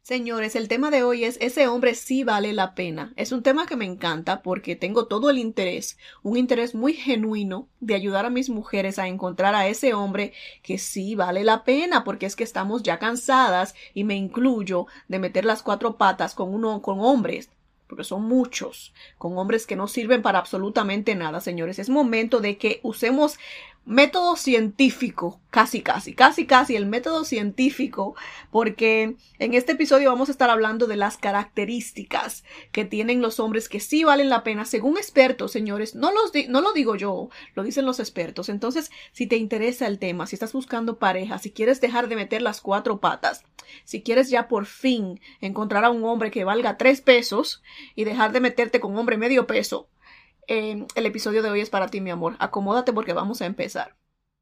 Señores, el tema de hoy es ese hombre sí vale la pena. Es un tema que me encanta porque tengo todo el interés, un interés muy genuino de ayudar a mis mujeres a encontrar a ese hombre que sí vale la pena, porque es que estamos ya cansadas, y me incluyo, de meter las cuatro patas con hombres, porque son muchos, con hombres que no sirven para absolutamente nada, señores. Es momento de que usemos método científico, casi el método científico, porque en este episodio vamos a estar hablando de las características que tienen los hombres que sí valen la pena, según expertos, señores. No lo digo yo, lo dicen los expertos. Entonces, si te interesa el tema, si estás buscando pareja, si quieres dejar de meter las cuatro patas, si quieres ya por fin encontrar a un hombre que valga 3 pesos y dejar de meterte con un hombre medio peso, el episodio de hoy es para ti, mi amor. Acomódate porque vamos a empezar.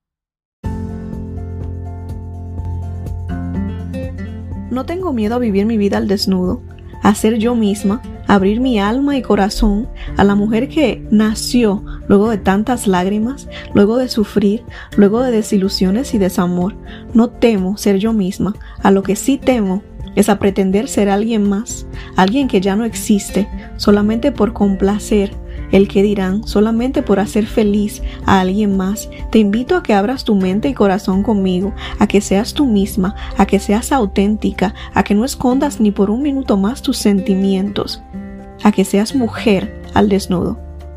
No tengo miedo a vivir mi vida al desnudo, a ser yo misma, a abrir mi alma y corazón a la mujer que nació luego de tantas lágrimas, luego de sufrir, luego de desilusiones y desamor. No temo ser yo misma, a lo que sí temo es a pretender ser alguien más, alguien que ya no existe, solamente por complacer el que dirán, solamente por hacer feliz a alguien más. Te invito a que abras tu mente y corazón conmigo, a que seas tú misma, a que seas auténtica, a que no escondas ni por un minuto más tus sentimientos, a que seas mujer al desnudo.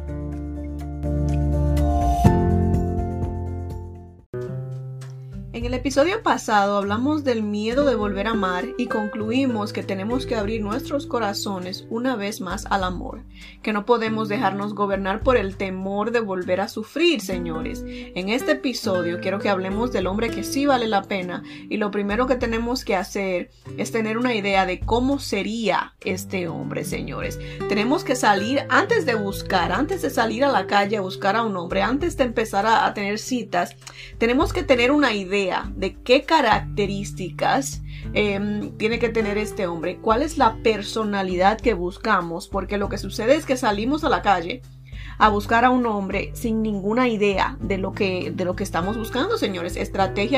En el episodio pasado hablamos del miedo de volver a amar y concluimos que tenemos que abrir nuestros corazones una vez más al amor, que no podemos dejarnos gobernar por el temor de volver a sufrir, señores. En este episodio quiero que hablemos del hombre que sí vale la pena, y lo primero que tenemos que hacer es tener una idea de cómo sería este hombre, señores. Tenemos que salir antes de salir a la calle a buscar a un hombre, antes de empezar a tener citas, tenemos que tener una idea de qué características tiene que tener este hombre, cuál es la personalidad que buscamos, porque lo que sucede es que salimos a la calle a buscar a un hombre sin ninguna idea de lo que estamos buscando, señores. Estrategia,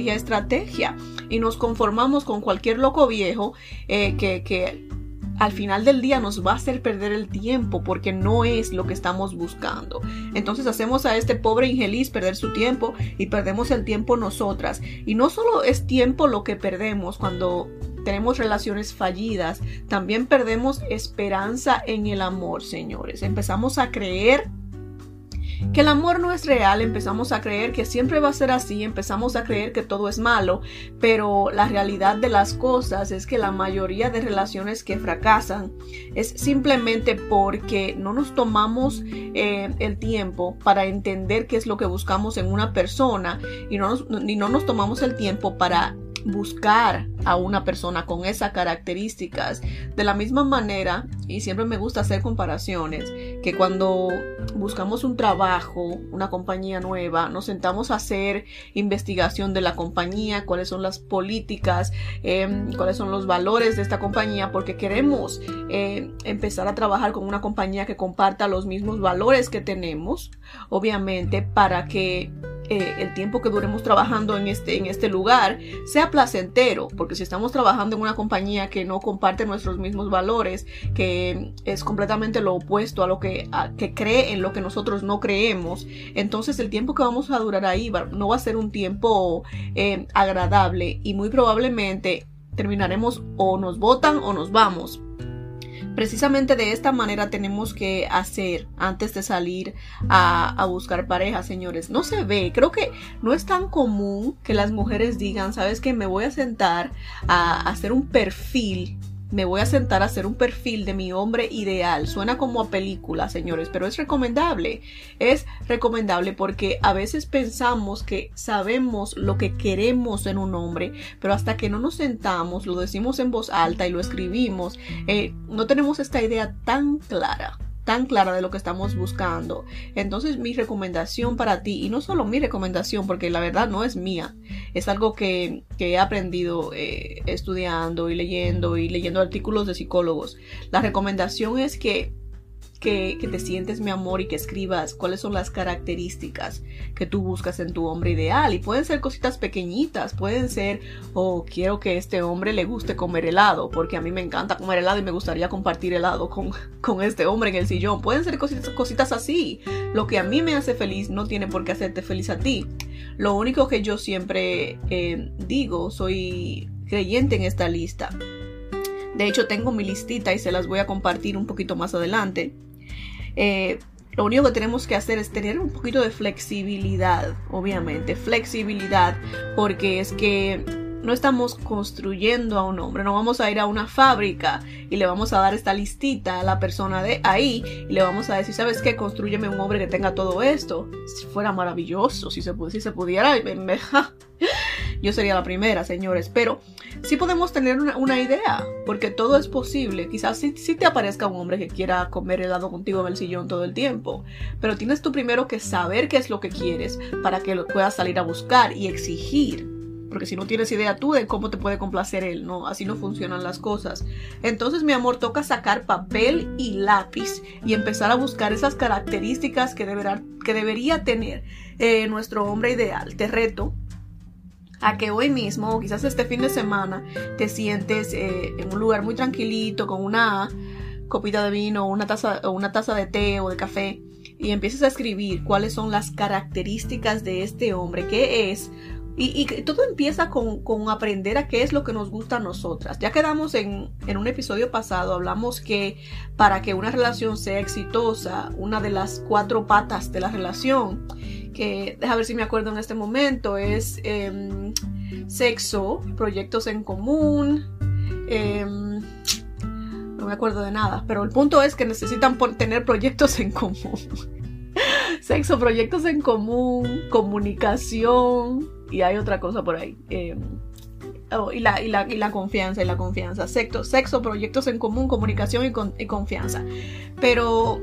y nos conformamos con cualquier loco viejo que al final del día nos va a hacer perder el tiempo, porque no es lo que estamos buscando. Entonces hacemos a este pobre infeliz perder su tiempo y perdemos el tiempo nosotras. Y no solo es tiempo lo que perdemos cuando tenemos relaciones fallidas, también perdemos esperanza en el amor, señores. Empezamos a creer que el amor no es real, empezamos a creer que siempre va a ser así, empezamos a creer que todo es malo, pero la realidad de las cosas es que la mayoría de relaciones que fracasan es simplemente porque no nos tomamos el tiempo para entender qué es lo que buscamos en una persona, y no nos tomamos el tiempo para buscar a una persona con esas características. De la misma manera, y siempre me gusta hacer comparaciones, que cuando buscamos un trabajo, una compañía nueva, nos sentamos a hacer investigación de la compañía, cuáles son las políticas, cuáles son los valores de esta compañía, porque queremos empezar a trabajar con una compañía que comparta los mismos valores que tenemos, obviamente, para que el tiempo que duremos trabajando en este lugar sea placentero, porque si estamos trabajando en una compañía que no comparte nuestros mismos valores, que es completamente lo opuesto a lo que cree en lo que nosotros no creemos, entonces el tiempo que vamos a durar ahí no va a ser un tiempo agradable, y muy probablemente terminaremos o nos botan o nos vamos. Precisamente de esta manera tenemos que hacer antes de salir a buscar pareja, señores. No se ve, creo que no es tan común que las mujeres digan, ¿sabes qué? Me voy a sentar a hacer un perfil. Me voy a sentar a hacer un perfil de mi hombre ideal. Suena como a película, señores, pero es recomendable. Es recomendable porque a veces pensamos que sabemos lo que queremos en un hombre, pero hasta que no nos sentamos, lo decimos en voz alta y lo escribimos, no tenemos esta idea tan clara de lo que estamos buscando. Entonces mi recomendación para ti, y no solo mi recomendación porque la verdad no es mía, es algo que he aprendido estudiando y leyendo artículos de psicólogos. La recomendación es que que te sientes, mi amor, y que escribas cuáles son las características que tú buscas en tu hombre ideal. Y pueden ser cositas pequeñitas, pueden ser, quiero que este hombre le guste comer helado, porque a mí me encanta comer helado y me gustaría compartir helado con este hombre en el sillón. Pueden ser cositas así. Lo que a mí me hace feliz no tiene por qué hacerte feliz a ti. Lo único que yo siempre digo, soy creyente en esta lista. De hecho, tengo mi listita y se las voy a compartir un poquito más adelante. Lo único que tenemos que hacer es tener un poquito de flexibilidad, obviamente. Flexibilidad, porque es que no estamos construyendo a un hombre. No vamos a ir a una fábrica y le vamos a dar esta listita a la persona de ahí y le vamos a decir, ¿sabes qué? Constrúyeme un hombre que tenga todo esto. Si fuera maravilloso, si se pudiera, yo sería la primera, señores. Pero sí podemos tener una idea, porque todo es posible. Quizás sí te aparezca un hombre que quiera comer helado contigo en el sillón todo el tiempo, pero tienes tú primero que saber qué es lo que quieres para que lo puedas salir a buscar y exigir. Porque si no tienes idea tú de cómo te puede complacer él, no, así no funcionan las cosas. Entonces, mi amor, toca sacar papel y lápiz y empezar a buscar esas características que debería tener nuestro hombre ideal. Te reto a que hoy mismo, o quizás este fin de semana, te sientes en un lugar muy tranquilito con una copita de vino o una taza de té o de café y empieces a escribir cuáles son las características de este hombre, qué es. Y todo empieza con aprender a qué es lo que nos gusta a nosotras. Ya quedamos en un episodio pasado, hablamos que para que una relación sea exitosa, una de las 4 patas de la relación, que deja ver si me acuerdo en este momento, es sexo, proyectos en común, no me acuerdo de nada, pero el punto es que necesitan tener proyectos en común. Sexo, proyectos en común, comunicación, y hay otra cosa por ahí. Y la confianza. Sexo, proyectos en común, comunicación y confianza. Pero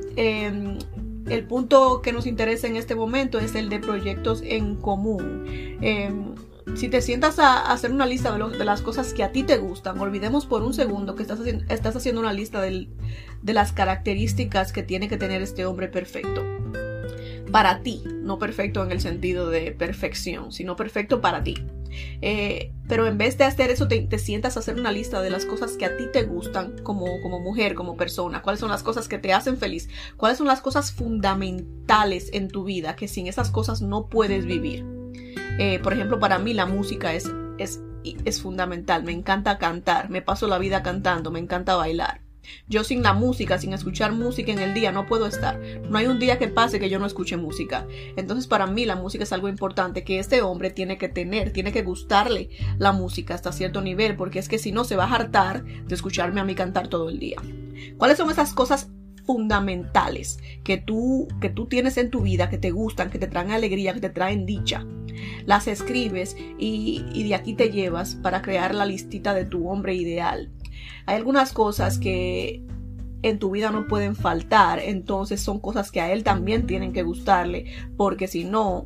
el punto que nos interesa en este momento es el de proyectos en común. Si te sientas a hacer una lista de las cosas que a ti te gustan, olvidemos por un segundo que estás haciendo una lista de las características que tiene que tener este hombre perfecto. Para ti, no perfecto en el sentido de perfección, sino perfecto para ti. Pero en vez de hacer eso, te sientas a hacer una lista de las cosas que a ti te gustan como mujer, como persona. ¿Cuáles son las cosas que te hacen feliz? ¿Cuáles son las cosas fundamentales en tu vida que sin esas cosas no puedes vivir? Por ejemplo, para mí la música es fundamental. Me encanta cantar, me paso la vida cantando, me encanta bailar. Yo sin la música, sin escuchar música en el día, no puedo estar. No hay un día que pase que yo no escuche música. Entonces, para mí la música es algo importante que este hombre tiene que gustarle la música hasta cierto nivel, porque es que si no se va a hartar de escucharme a mí cantar todo el día. ¿Cuáles son esas cosas fundamentales que tú tienes en tu vida, que te gustan, que te traen alegría, que te traen dicha? Las escribes y de aquí te llevas para crear la listita de tu hombre ideal. Hay algunas cosas que en tu vida no pueden faltar, entonces son cosas que a él también tienen que gustarle, porque si no,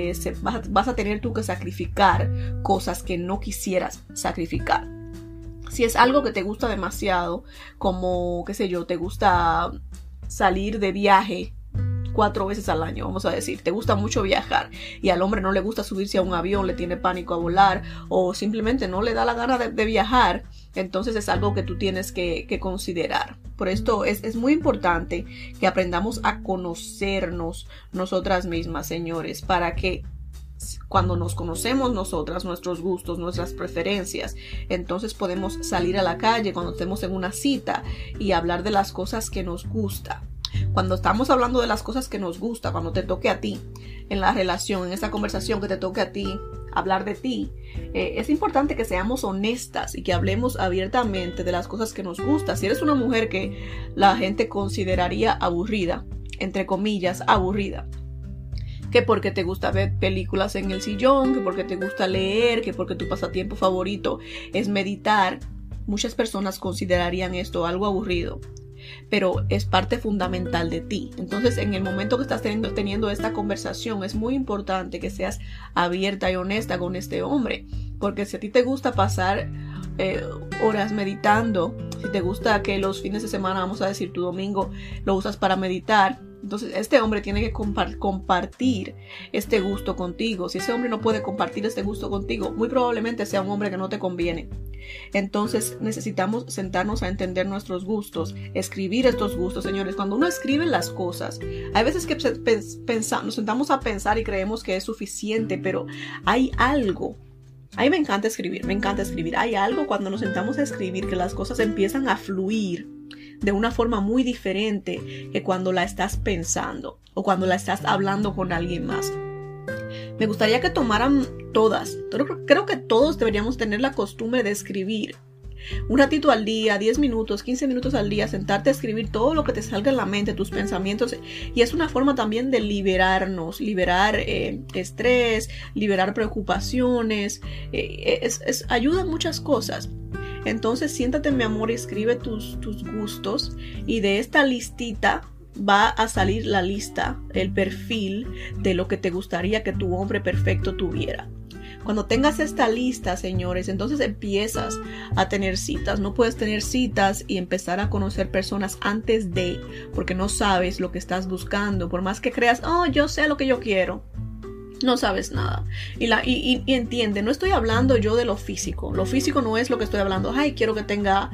vas a tener tú que sacrificar cosas que no quisieras sacrificar. Si es algo que te gusta demasiado, como, qué sé yo, te gusta salir de viaje 4 veces al año, vamos a decir, te gusta mucho viajar y al hombre no le gusta subirse a un avión, le tiene pánico a volar o simplemente no le da la gana de viajar, entonces es algo que tú tienes que considerar. Por esto es muy importante que aprendamos a conocernos nosotras mismas, señores, para que cuando nos conocemos nosotras, nuestros gustos, nuestras preferencias, entonces podemos salir a la calle cuando estemos en una cita y hablar de las cosas que nos gusta. Cuando estamos hablando de las cosas que nos gusta, cuando te toque a ti en la relación, en esa conversación que te toque a ti, hablar de ti, es importante que seamos honestas y que hablemos abiertamente de las cosas que nos gustan. Si eres una mujer que la gente consideraría aburrida, entre comillas, aburrida, que porque te gusta ver películas en el sillón, que porque te gusta leer, que porque tu pasatiempo favorito es meditar, muchas personas considerarían esto algo aburrido. Pero es parte fundamental de ti. Entonces, en el momento que estás teniendo esta conversación, es muy importante que seas abierta y honesta con este hombre, porque si a ti te gusta pasar horas meditando Si te gusta que los fines de semana, vamos a decir tu domingo, lo usas para meditar, entonces este hombre tiene que compartir este gusto contigo. Si ese hombre no puede compartir este gusto contigo, muy probablemente sea un hombre que no te conviene. Entonces necesitamos sentarnos a entender nuestros gustos, escribir estos gustos, señores. Cuando uno escribe las cosas, hay veces que nos sentamos a pensar y creemos que es suficiente, pero hay algo. A mí me encanta escribir. Hay algo cuando nos sentamos a escribir que las cosas empiezan a fluir de una forma muy diferente que cuando la estás pensando o cuando la estás hablando con alguien más. Me gustaría que tomaran todas. Creo que todos deberíamos tener la costumbre de escribir. Un ratito al día, 10 minutos, 15 minutos al día, sentarte a escribir todo lo que te salga en la mente, tus pensamientos. Y es una forma también de liberarnos, liberar estrés, liberar preocupaciones. Ayuda en muchas cosas. Entonces siéntate, mi amor, y escribe tus gustos. Y de esta listita va a salir la lista, el perfil de lo que te gustaría que tu hombre perfecto tuviera. Cuando tengas esta lista, señores, entonces empiezas a tener citas. No puedes tener citas y empezar a conocer personas antes de, porque no sabes lo que estás buscando. Por más que creas, yo sé lo que yo quiero, no sabes nada. Y entiende, no estoy hablando yo de lo físico. Lo físico no es lo que estoy hablando. Quiero que tenga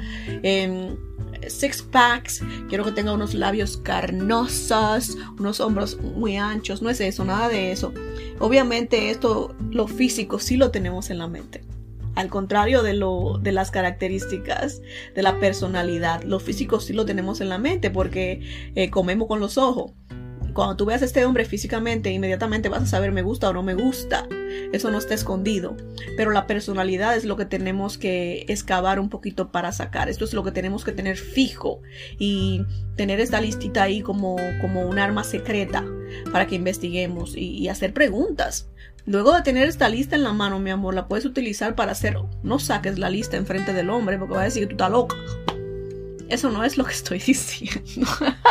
six packs, quiero que tenga unos labios carnosos, unos hombros muy anchos. No es eso, nada de eso. Obviamente lo físico sí lo tenemos en la mente. Al contrario de las características de la personalidad, lo físico sí lo tenemos en la mente porque comemos con los ojos. Cuando tú veas a este hombre físicamente, inmediatamente vas a saber me gusta o no me gusta. Eso no está escondido. Pero la personalidad es lo que tenemos que excavar un poquito para sacar. Esto es lo que tenemos que tener fijo y tener esta listita ahí como un arma secreta para que investiguemos y hacer preguntas. Luego de tener esta lista en la mano, mi amor, la puedes utilizar para hacer. No saques la lista enfrente del hombre porque va a decir que tú estás loca. Eso no es lo que estoy diciendo.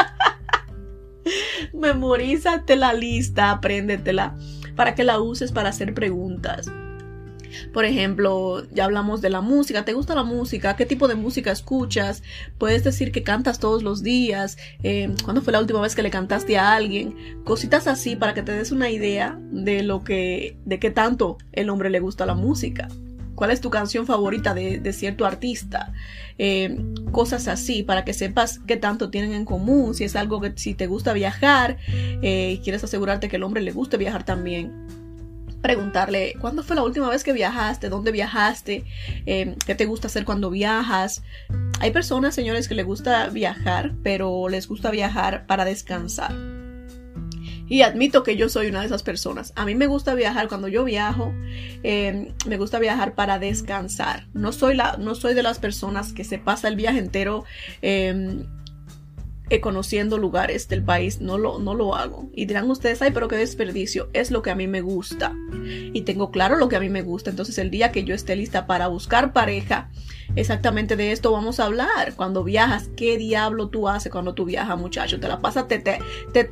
Memorízate la lista, apréndetela para que la uses para hacer preguntas. Por ejemplo, ya hablamos de la música. ¿Te gusta la música? ¿Qué tipo de música escuchas? Puedes decir que cantas todos los días. ¿Cuándo fue la última vez que le cantaste a alguien? Cositas así para que te des una idea de qué tanto el hombre le gusta la música. ¿Cuál es tu canción favorita de cierto artista? Cosas así para que sepas qué tanto tienen en común. Si es algo que si te gusta viajar y quieres asegurarte que el hombre le guste viajar también. Preguntarle, ¿cuándo fue la última vez que viajaste? ¿Dónde viajaste? ¿Qué te gusta hacer cuando viajas? Hay personas, señores, que les gusta viajar, pero les gusta viajar para descansar. Y admito que yo soy una de esas personas. A mí me gusta viajar. Cuando yo viajo, me gusta viajar para descansar. No soy de las personas que se pasa el viaje entero conociendo lugares del país. No lo hago. Y dirán ustedes, pero qué desperdicio. Es lo que a mí me gusta. Y tengo claro lo que a mí me gusta. Entonces el día que yo esté lista para buscar pareja, exactamente de esto vamos a hablar. Cuando viajas, ¿qué diablo tú haces cuando tú viajas, muchacho? Te la pasas teteando.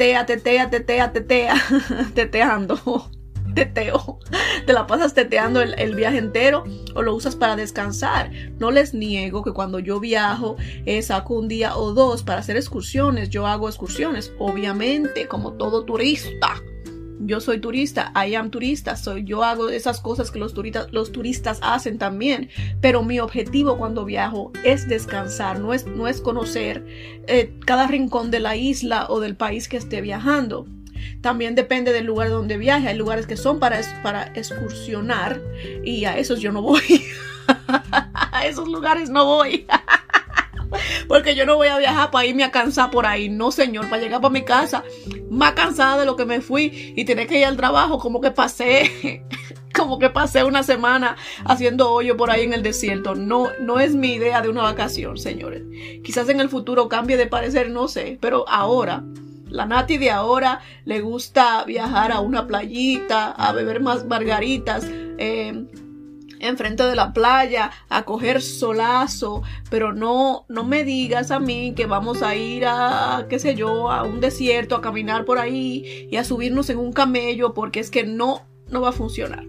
Teteo. Te la pasas teteando el viaje entero o lo usas para descansar. No les niego que cuando yo viajo saco un día o dos para hacer excursiones. Yo hago excursiones, obviamente, como todo turista. Yo soy turista, I am turista, yo hago esas cosas que los turistas hacen también, pero mi objetivo cuando viajo es descansar, no es conocer cada rincón de la isla o del país que esté viajando. También depende del lugar donde viaje. Hay lugares que son para excursionar y a esos yo no voy. A esos lugares no voy. Porque yo no voy a viajar para irme a cansar por ahí. No, señor, para llegar para mi casa más cansada de lo que me fui y tener que ir al trabajo como que pasé una semana haciendo hoyo por ahí en el desierto. No es mi idea de una vacación, señores. Quizás en el futuro cambie de parecer, no sé, pero ahora la Nati de ahora le gusta viajar a una playita, a beber más margaritas, enfrente de la playa, a coger solazo, pero no me digas a mí que vamos a ir a, qué sé yo, a un desierto, a caminar por ahí y a subirnos en un camello, porque es que no va a funcionar.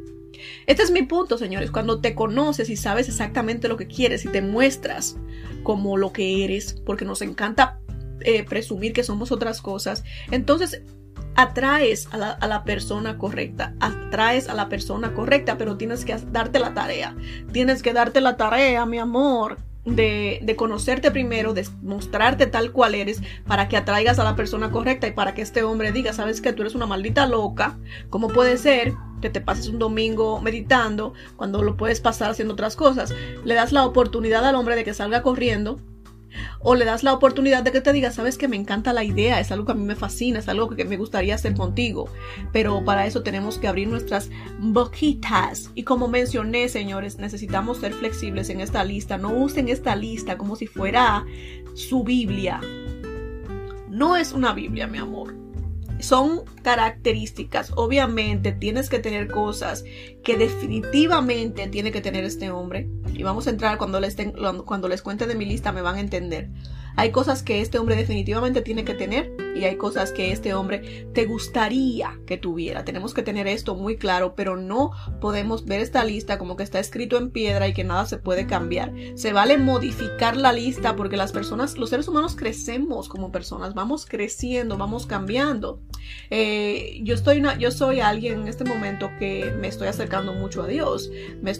Este es mi punto, señores. Cuando te conoces y sabes exactamente lo que quieres y te muestras como lo que eres, porque nos encanta presumir que somos otras cosas, entonces atraes a la persona correcta, pero tienes que darte la tarea. Tienes que darte la tarea, mi amor, de conocerte primero, de mostrarte tal cual eres, para que atraigas a la persona correcta y para que este hombre diga, sabes que tú eres una maldita loca. ¿Cómo puede ser que te pases un domingo meditando cuando lo puedes pasar haciendo otras cosas? Le das la oportunidad al hombre de que salga corriendo, o le das la oportunidad de que te diga, sabes que me encanta la idea, es algo que a mí me fascina, es algo que me gustaría hacer contigo, pero para eso tenemos que abrir nuestras boquitas. Y como mencioné, señores, necesitamos ser flexibles en esta lista. No usen esta lista como si fuera su Biblia. No es una Biblia, mi amor. Son características. Obviamente tienes que tener cosas que definitivamente tiene que tener este hombre. Y vamos a entrar cuando les cuente de mi lista, me van a entender. Hay cosas que este hombre definitivamente tiene que tener y hay cosas que este hombre te gustaría que tuviera. Tenemos que tener esto muy claro, pero no podemos ver esta lista como que está escrito en piedra y que nada se puede cambiar. Se vale modificar la lista porque las personas, los seres humanos crecemos como personas, vamos creciendo, vamos cambiando. Yo soy alguien en este momento que me estoy acercando mucho a Dios.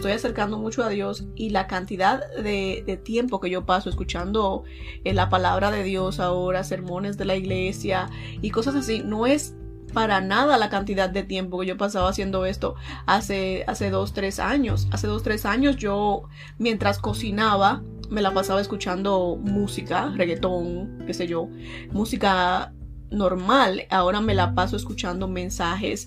Y la cantidad de tiempo que yo paso escuchando la palabra de Dios ahora, sermones de la iglesia y cosas así, no es para nada la cantidad de tiempo que yo pasaba haciendo esto hace 2-3 años. Hace 2-3 años yo, mientras cocinaba, me la pasaba escuchando música, reggaetón, qué sé yo, música normal. Ahora me la paso escuchando mensajes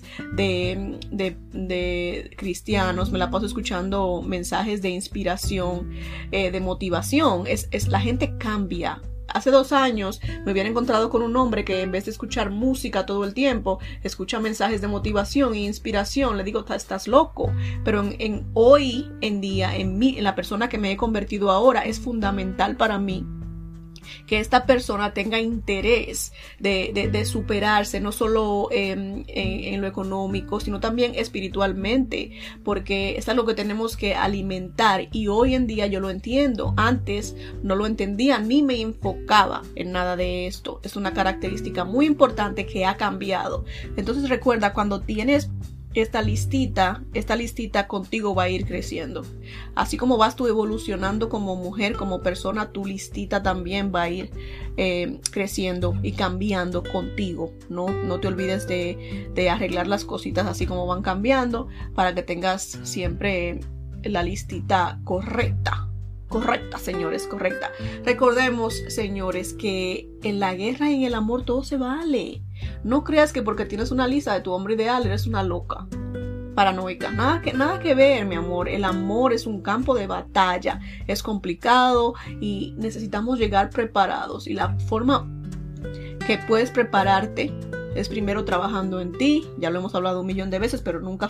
de cristianos, me la paso escuchando mensajes de inspiración, de motivación. La gente cambia. Hace 2 años me hubiera encontrado con un hombre que en vez de escuchar música todo el tiempo, escucha mensajes de motivación e inspiración. Le digo, estás loco. Pero hoy en día, en la persona que me he convertido ahora, es fundamental para mí que esta persona tenga interés de superarse, no solo en lo económico, sino también espiritualmente, porque es algo que tenemos que alimentar. Y hoy en día yo lo entiendo. Antes no lo entendía ni me enfocaba en nada de esto. Es una característica muy importante que ha cambiado. Entonces recuerda, cuando tienes esta listita contigo va a ir creciendo. Así como vas tú evolucionando como mujer, como persona, tu listita también va a ir creciendo y cambiando contigo. No te olvides de arreglar las cositas así como van cambiando, para que tengas siempre la listita correcta, señores, correcta. Recordemos, señores, que en la guerra y en el amor todo se vale. No creas que porque tienes una lista de tu hombre ideal eres una loca paranoica. Nada que ver, mi amor. El amor es un campo de batalla. Es complicado y necesitamos llegar preparados. Y la forma que puedes prepararte es primero trabajando en ti. Ya lo hemos hablado 1.000.000 de veces, pero nunca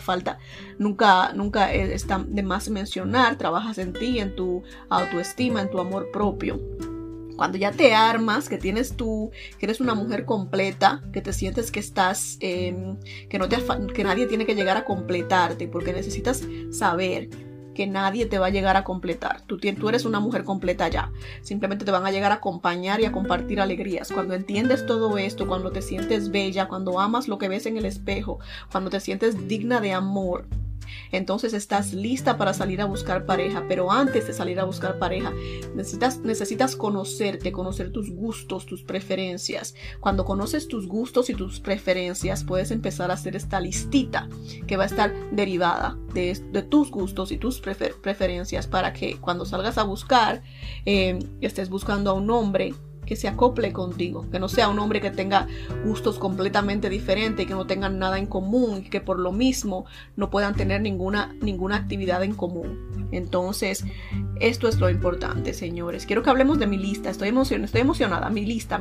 está de más mencionar. Trabajas en ti, en tu autoestima, en tu amor propio. Cuando ya te armas, que eres una mujer completa, que te sientes que estás, que nadie tiene que llegar a completarte, porque necesitas saber que nadie te va a llegar a completar. Tú eres una mujer completa ya. Simplemente te van a llegar a acompañar y a compartir alegrías. Cuando entiendes todo esto, cuando te sientes bella, cuando amas lo que ves en el espejo, cuando te sientes digna de amor, entonces estás lista para salir a buscar pareja. Pero antes de salir a buscar pareja, necesitas conocerte, conocer tus gustos, tus preferencias. Cuando conoces tus gustos y tus preferencias, puedes empezar a hacer esta listita que va a estar derivada de tus gustos y tus preferencias, para que cuando salgas a buscar, estés buscando a un hombre que se acople contigo, que no sea un hombre que tenga gustos completamente diferentes, que no tengan nada en común y que por lo mismo no puedan tener ninguna actividad en común. Entonces, esto es lo importante, señores. Quiero que hablemos de mi lista. Estoy emocionada. Mi lista.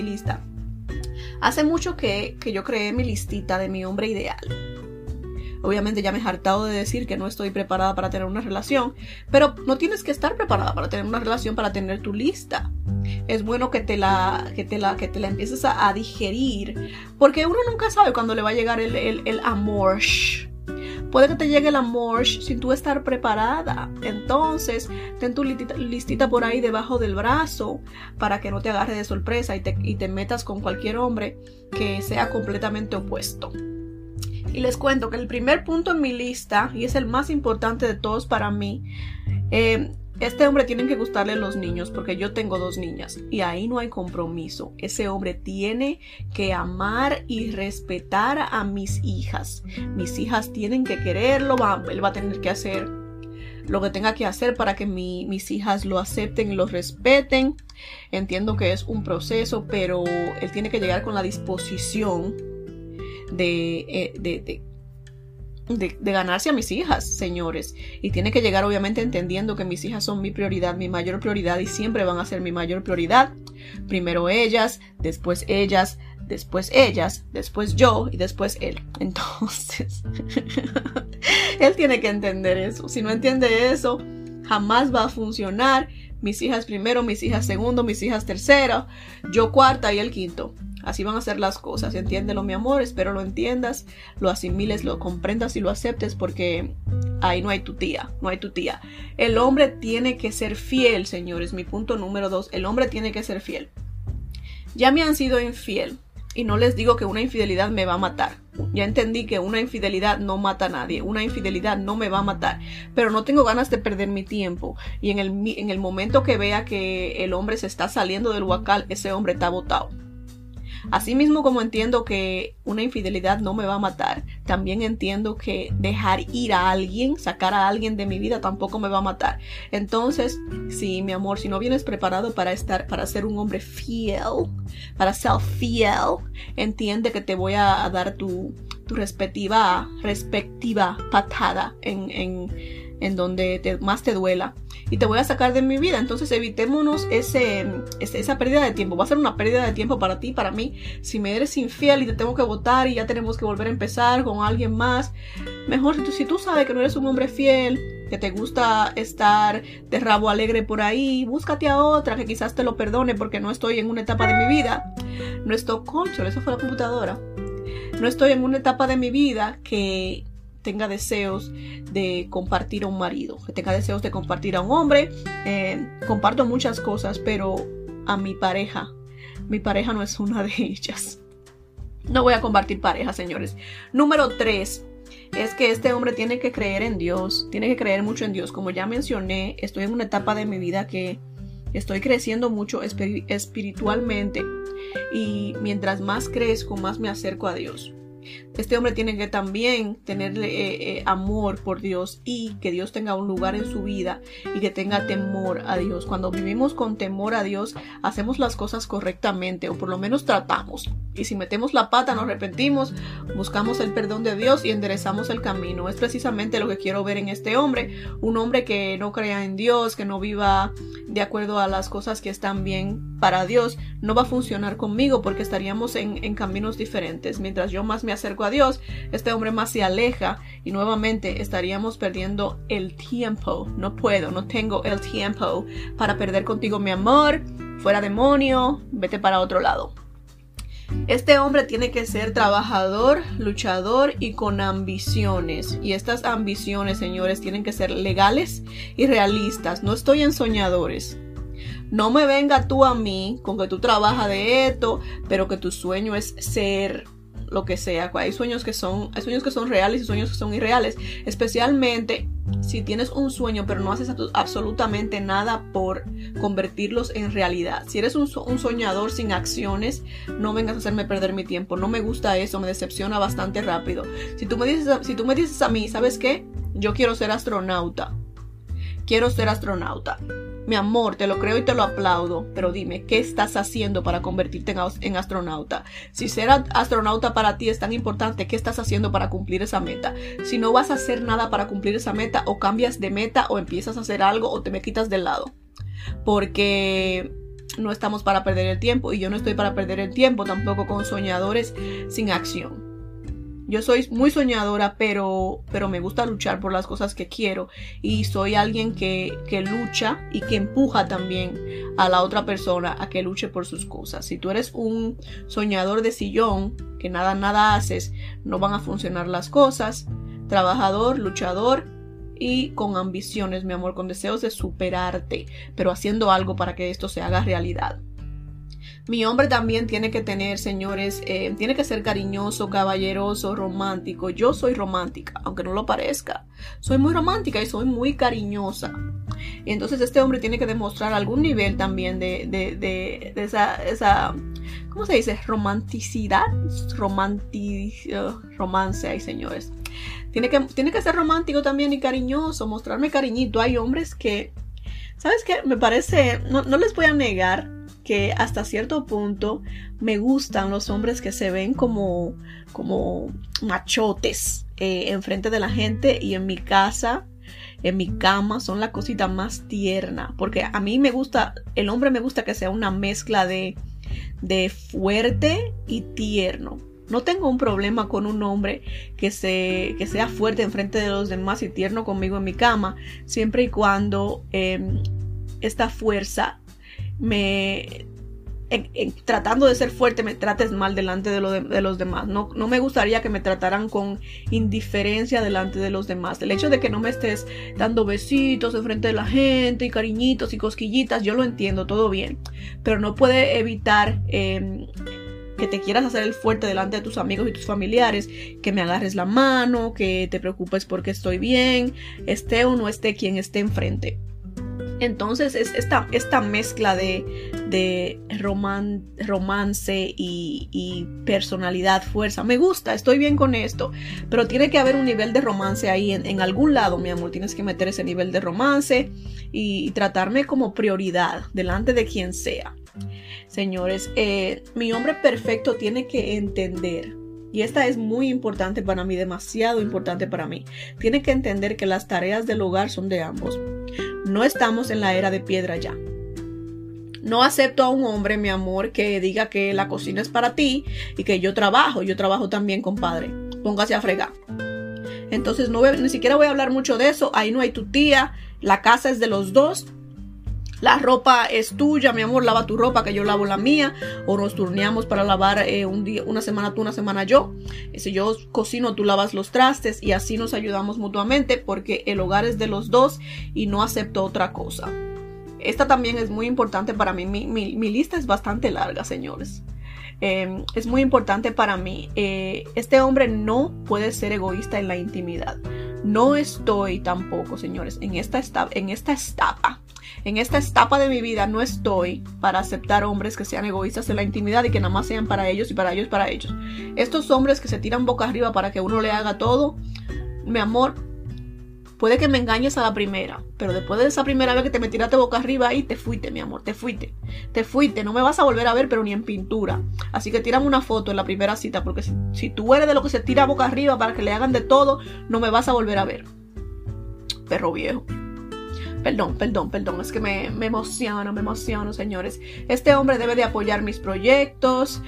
Hace mucho que yo creé mi listita de mi hombre ideal. Obviamente ya me he hartado de decir que no estoy preparada para tener una relación, pero no tienes que estar preparada para tener una relación para tener tu lista. Es bueno que te la empieces a digerir, porque uno nunca sabe cuándo le va a llegar el amor. Puede que te llegue el amor sin tú estar preparada. Entonces, ten tu listita por ahí debajo del brazo para que no te agarre de sorpresa y te metas con cualquier hombre que sea completamente opuesto. Y les cuento que el primer punto en mi lista, y es el más importante de todos para mí, este hombre tiene que gustarle los niños, porque yo tengo 2 niñas y ahí no hay compromiso. Ese hombre tiene que amar y respetar a mis hijas. Mis hijas tienen que quererlo, él va a tener que hacer lo que tenga que hacer para que mis hijas lo acepten y lo respeten. Entiendo que es un proceso, pero él tiene que llegar con la disposición de ganarse a mis hijas, señores, y tiene que llegar obviamente entendiendo que mis hijas son mi prioridad, mi mayor prioridad, y siempre van a ser mi mayor prioridad. Primero ellas, después yo y después él. Entonces él tiene que entender eso. Si no entiende eso, jamás va a funcionar. Mis hijas primero, mis hijas segundo, mis hijas tercero, yo cuarta y él quinto. Así van a ser las cosas. Entiéndelo, mi amor. Espero lo entiendas, lo asimiles, lo comprendas y lo aceptes, porque ahí no hay tu tía, no hay tu tía. El hombre tiene que ser fiel, señores. Mi punto número 2. El hombre tiene que ser fiel. Ya me han sido infiel y no les digo que una infidelidad me va a matar. Ya entendí que una infidelidad no mata a nadie. Una infidelidad no me va a matar. Pero no tengo ganas de perder mi tiempo. Y en el momento que vea que el hombre se está saliendo del huacal, ese hombre está botado. Así mismo como entiendo que una infidelidad no me va a matar, también entiendo que dejar ir a alguien, sacar a alguien de mi vida tampoco me va a matar. Entonces, sí, mi amor, si no vienes preparado para ser un hombre fiel, para ser fiel, entiende que te voy a dar tu respectiva patada en donde más te duela, y te voy a sacar de mi vida. Entonces evitémonos esa pérdida de tiempo. Va a ser una pérdida de tiempo para ti, para mí. Si me eres infiel y te tengo que botar y ya tenemos que volver a empezar con alguien más, mejor si tú sabes que no eres un hombre fiel, que te gusta estar de rabo alegre por ahí, búscate a otra que quizás te lo perdone, porque no estoy en una etapa de mi vida. No estoy, concho, eso fue la computadora. No estoy en una etapa de mi vida que tenga deseos de compartir a un marido, que tenga deseos de compartir a un hombre. Comparto muchas cosas, pero a mi pareja no es una de ellas. No voy a compartir pareja, señores. Número 3 es que este hombre tiene que creer en Dios, tiene que creer mucho en Dios. Como ya mencioné, estoy en una etapa de mi vida que estoy creciendo mucho espiritualmente, y mientras más crezco, más me acerco a Dios. Este hombre tiene que también tener amor por Dios, y que Dios tenga un lugar en su vida y que tenga temor a Dios. Cuando vivimos con temor a Dios, hacemos las cosas correctamente, o por lo menos tratamos. Y si metemos la pata, nos arrepentimos, buscamos el perdón de Dios y enderezamos el camino. Es precisamente lo que quiero ver en este hombre. Un hombre que no crea en Dios, que no viva de acuerdo a las cosas que están bien para Dios, no va a funcionar conmigo, porque estaríamos en caminos diferentes. Mientras yo más me acerco a Dios, este hombre más se aleja, y nuevamente estaríamos perdiendo el tiempo. No tengo el tiempo para perder contigo, mi amor. Fuera demonio, vete para otro lado. Este hombre tiene que ser trabajador, luchador y con ambiciones. Y estas ambiciones, señores, tienen que ser legales y realistas. No estoy en soñadores. No me venga tú a mí con que tú trabajas de esto, pero que tu sueño es ser lo que sea. Hay sueños que son reales y sueños que son irreales. Especialmente si tienes un sueño pero no haces absolutamente nada por convertirlos en realidad. Si eres un soñador sin acciones, no vengas a hacerme perder mi tiempo. No me gusta eso, me decepciona bastante rápido. Si tú me dices a mí, ¿sabes qué? Yo quiero ser astronauta. Mi amor, te lo creo y te lo aplaudo, pero dime, ¿qué estás haciendo para convertirte en astronauta? Si ser astronauta para ti es tan importante, ¿qué estás haciendo para cumplir esa meta? Si no vas a hacer nada para cumplir esa meta, o cambias de meta, o empiezas a hacer algo, o te me quitas del lado. Porque no estamos para perder el tiempo, y yo no estoy para perder el tiempo tampoco con soñadores sin acción. Yo soy muy soñadora, pero me gusta luchar por las cosas que quiero, y soy alguien que lucha y que empuja también a la otra persona a que luche por sus cosas. Si tú eres un soñador de sillón, que nada haces, no van a funcionar las cosas. trabajador, luchador y con ambiciones, mi amor, con deseos de superarte, pero haciendo algo para que esto se haga realidad. Mi hombre también tiene que tener, señores, tiene que ser cariñoso, caballeroso, romántico. Yo soy romántica, aunque no lo parezca. Soy muy romántica y soy muy cariñosa. Y entonces este hombre tiene que demostrar algún nivel también de esa ¿cómo se dice? Romanticidad. Romance, ay, señores. Tiene que ser romántico también y cariñoso, mostrarme cariñito. Hay hombres que, ¿sabes qué? Me parece, no les voy a negar que hasta cierto punto me gustan los hombres que se ven como machotes enfrente de la gente, y en mi casa, en mi cama, son la cosita más tierna, porque a mí me gusta, el hombre me gusta que sea una mezcla de fuerte y tierno. No tengo un problema con un hombre que sea fuerte enfrente de los demás y tierno conmigo en mi cama, siempre y cuando esta fuerza tratando de ser fuerte me trates mal delante de los demás. No me gustaría que me trataran con indiferencia delante de los demás. El hecho de que no me estés dando besitos enfrente de la gente y cariñitos y cosquillitas, yo lo entiendo, todo bien, pero no puede evitar que te quieras hacer el fuerte delante de tus amigos y tus familiares, que me agarres la mano, que te preocupes porque estoy bien, esté o no esté quien esté enfrente. Entonces es esta mezcla de romance y personalidad, fuerza. Me gusta, estoy bien con esto, pero tiene que haber un nivel de romance ahí en algún lado, mi amor. Tienes que meter ese nivel de romance y tratarme como prioridad delante de quien sea. Señores, mi hombre perfecto tiene que entender, y esta es muy importante para mí, demasiado importante para mí, tiene que entender que las tareas del hogar son de ambos. No estamos en la era de piedra ya. No acepto a un hombre, mi amor, que diga que la cocina es para ti y que yo trabajo también, compadre. Póngase a fregar. Entonces ni siquiera voy a hablar mucho de eso. Ahí no hay tu tía, la casa es de los dos. La ropa es tuya, mi amor, lava tu ropa que yo lavo la mía, o nos turneamos para lavar un día, una semana tú, una semana yo. Si yo cocino, tú lavas los trastes, y así nos ayudamos mutuamente, porque el hogar es de los dos y no acepto otra cosa. Esta también es muy importante para mí. Mi lista es bastante larga, señores. Es muy importante para mí. Este hombre no puede ser egoísta en la intimidad. No estoy tampoco, señores, en esta etapa de mi vida. No estoy para aceptar hombres que sean egoístas en la intimidad y que nada más sean para ellos y para ellos, para ellos. Estos hombres que se tiran boca arriba para que uno le haga todo, mi amor, puede que me engañes a la primera, pero después de esa primera vez que te me tiraste boca arriba, ahí te fuiste, mi amor, te fuiste, no me vas a volver a ver, pero ni en pintura. Así que tírame una foto en la primera cita, porque si tú eres de lo que se tira boca arriba para que le hagan de todo, no me vas a volver a ver. Perro viejo. Perdón, es que me emociono, señores. Este hombre debe de apoyar mis proyectos.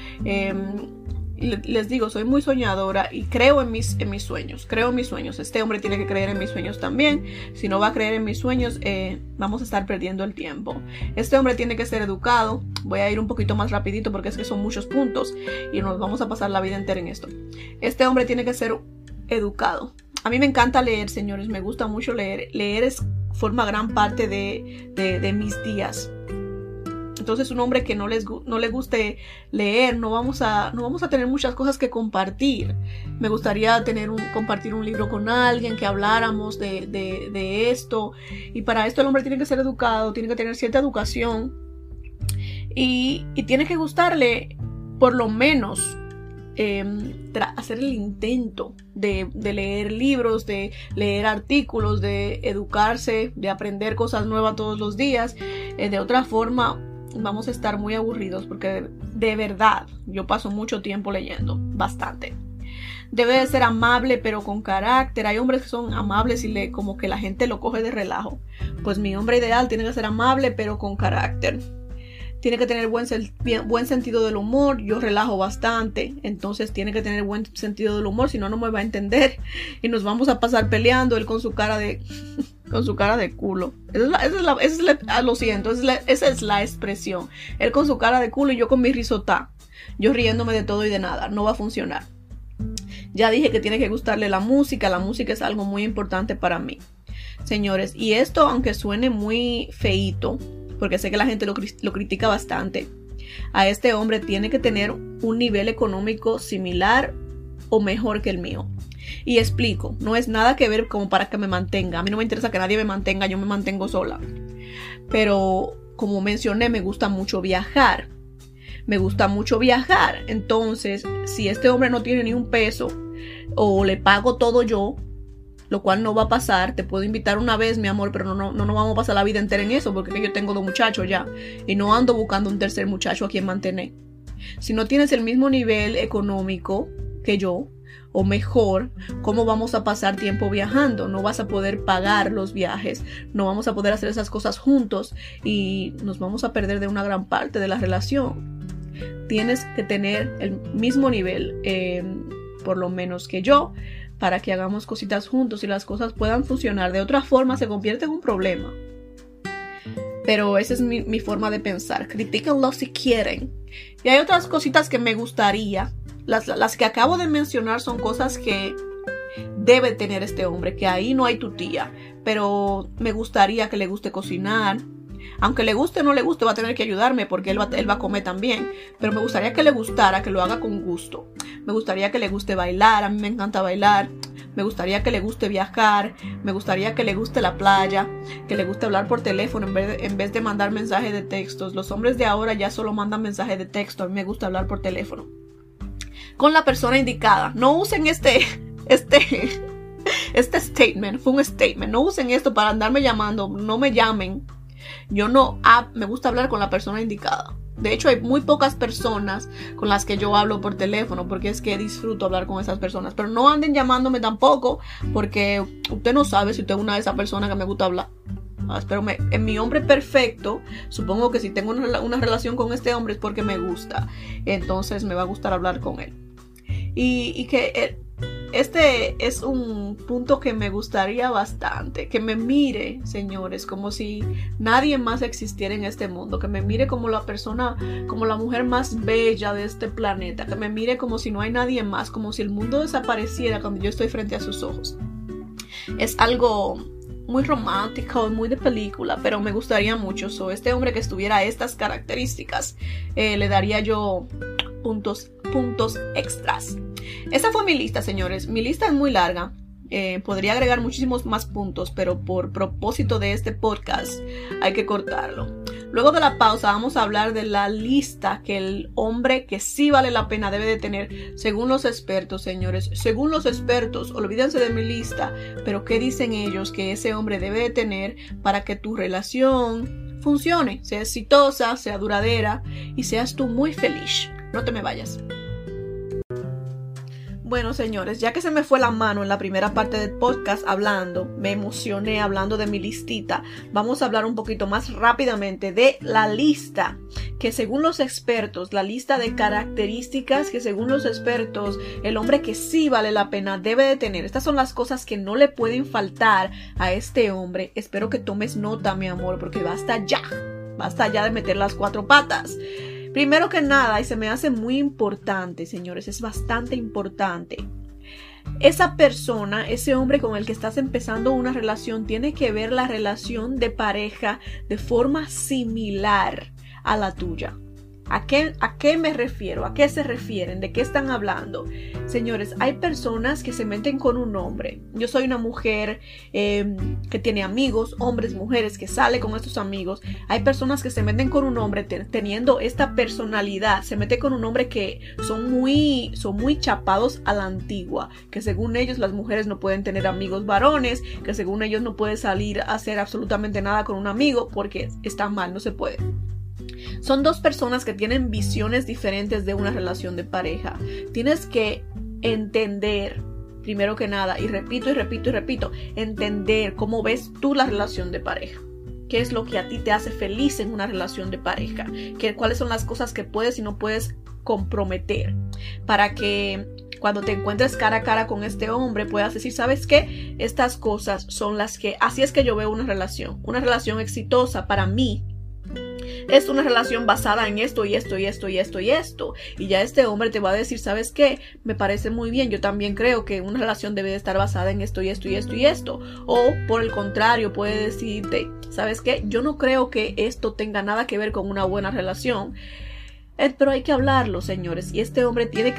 Les digo, soy muy soñadora y creo en mis sueños. Este hombre tiene que creer en mis sueños también. Si no va a creer en mis sueños, vamos a estar perdiendo el tiempo. Este hombre tiene que ser educado. Voy a ir un poquito más rapidito porque es que son muchos puntos y nos vamos a pasar la vida entera en esto. Este hombre tiene que ser educado. A mí me encanta leer, señores, me gusta mucho leer. Leer forma gran parte de mis días. Entonces, un hombre que no le guste leer, no vamos a tener muchas cosas que compartir. Me gustaría compartir un libro con alguien, que habláramos de esto. Y para esto el hombre tiene que ser educado, tiene que tener cierta educación. Y tiene que gustarle, por lo menos, hacer el intento de leer libros, de leer artículos, de educarse, de aprender cosas nuevas todos los días. De otra forma vamos a estar muy aburridos, porque de verdad yo paso mucho tiempo leyendo, bastante. Debe de ser amable pero con carácter. Hay hombres que son amables y como que la gente lo coge de relajo. Pues mi hombre ideal tiene que ser amable pero con carácter. Tiene que tener buen sentido del humor. Yo relajo bastante, entonces tiene que tener buen sentido del humor, si no, no me va a entender y nos vamos a pasar peleando, él con su cara de culo. Lo siento, esa es la expresión. Él con su cara de culo y yo con mi risotá. Yo riéndome de todo y de nada. No va a funcionar. Ya dije que tiene que gustarle la música es algo muy importante para mí. Señores, y esto, aunque suene muy feíto, porque sé que la gente lo critica bastante, a este hombre tiene que tener un nivel económico similar o mejor que el mío. Y explico, no es nada que ver como para que me mantenga. A mí no me interesa que nadie me mantenga, yo me mantengo sola. Pero como mencioné, me gusta mucho viajar. Entonces, si este hombre no tiene ni un peso o le pago todo yo, lo cual no va a pasar, te puedo invitar una vez, mi amor, pero no vamos a pasar la vida entera en eso, porque yo tengo 2 muchachos ya y no ando buscando un tercer muchacho a quien mantener. Si no tienes el mismo nivel económico que yo, o mejor, ¿cómo vamos a pasar tiempo viajando? No vas a poder pagar los viajes, no vamos a poder hacer esas cosas juntos y nos vamos a perder de una gran parte de la relación. Tienes que tener el mismo nivel, por lo menos que yo, para que hagamos cositas juntos y las cosas puedan funcionar. De otra forma se convierte en un problema. Pero esa es mi forma de pensar. Critíquenlo si quieren. Y hay otras cositas que me gustaría. Las que acabo de mencionar son cosas que debe tener este hombre, que ahí no hay tutía. Pero me gustaría que le guste cocinar. Aunque le guste o no le guste, va a tener que ayudarme porque él va a comer también. Pero me gustaría que le gustara, que lo haga con gusto. Me gustaría que le guste bailar, a mí me encanta bailar. Me gustaría que le guste viajar, me gustaría que le guste la playa, que le guste hablar por teléfono en vez de mandar mensajes de textos. Los hombres de ahora ya solo mandan mensajes de texto, a mí me gusta hablar por teléfono. Con la persona indicada. No usen este statement, fue un statement. No usen esto para andarme llamando, no me llamen. Me gusta hablar con la persona indicada. De hecho, hay muy pocas personas con las que yo hablo por teléfono porque es que disfruto hablar con esas personas. Pero no anden llamándome tampoco porque usted no sabe si usted es una de esas personas que me gusta hablar. Pero en mi hombre perfecto, supongo que si tengo una relación con este hombre es porque me gusta. Entonces me va a gustar hablar con él. Y que este es un punto que me gustaría bastante, que me mire, señores, como si nadie más existiera en este mundo, que me mire como la persona, como la mujer más bella de este planeta, que me mire como si no hay nadie más, como si el mundo desapareciera cuando yo estoy frente a sus ojos. Es algo muy romántico, muy de película, pero me gustaría mucho. Este hombre que estuviera estas características, le daría yo puntos extras. Esa fue mi lista, señores. Mi lista es muy larga. Podría agregar muchísimos más puntos, pero por propósito de este podcast hay que cortarlo. Luego de la pausa vamos a hablar de la lista que el hombre que sí vale la pena debe de tener según los expertos, señores. Según los expertos, olvídense de mi lista, pero ¿qué dicen ellos que ese hombre debe de tener para que tu relación funcione, sea exitosa, sea duradera y seas tú muy feliz? No te me vayas. Bueno, señores, ya que se me fue la mano en la primera parte del podcast me emocioné hablando de mi listita, vamos a hablar un poquito más rápidamente de la lista, que según los expertos, la lista de características que según los expertos, el hombre que sí vale la pena debe de tener. Estas son las cosas que no le pueden faltar a este hombre. Espero que tomes nota, mi amor, porque basta ya de meter las 4 patas. Primero que nada, y se me hace muy importante, señores, es bastante importante. Esa persona, ese hombre con el que estás empezando una relación, tiene que ver la relación de pareja de forma similar a la tuya. ¿A qué me refiero? ¿A qué se refieren? ¿De qué están hablando? Señores, hay personas que se meten con un hombre. Yo soy una mujer que tiene amigos, hombres, mujeres, que sale con estos amigos. Hay personas que se meten con un hombre teniendo esta personalidad. Se meten con un hombre que son muy chapados a la antigua. Que según ellos las mujeres no pueden tener amigos varones. Que según ellos no puede salir a hacer absolutamente nada con un amigo porque está mal, no se puede. Son 2 personas que tienen visiones diferentes de una relación de pareja. Tienes que entender, primero que nada, y repito, entender cómo ves tú la relación de pareja. ¿Qué es lo que a ti te hace feliz en una relación de pareja? ¿Cuáles son las cosas que puedes y no puedes comprometer? Para que cuando te encuentres cara a cara con este hombre puedas decir, ¿sabes qué? Estas cosas son las que, así es que yo veo una relación exitosa para mí. es una relación basada en esto y esto y esto y esto y esto. Y ya este hombre te va a decir, ¿sabes qué? Me parece muy bien, yo también creo que una relación debe de estar basada en esto y esto y esto y esto. O por el contrario, puede decirte, ¿sabes qué? Yo no creo que esto tenga nada que ver con una buena relación. Pero hay que hablarlo, señores. Y este hombre tiene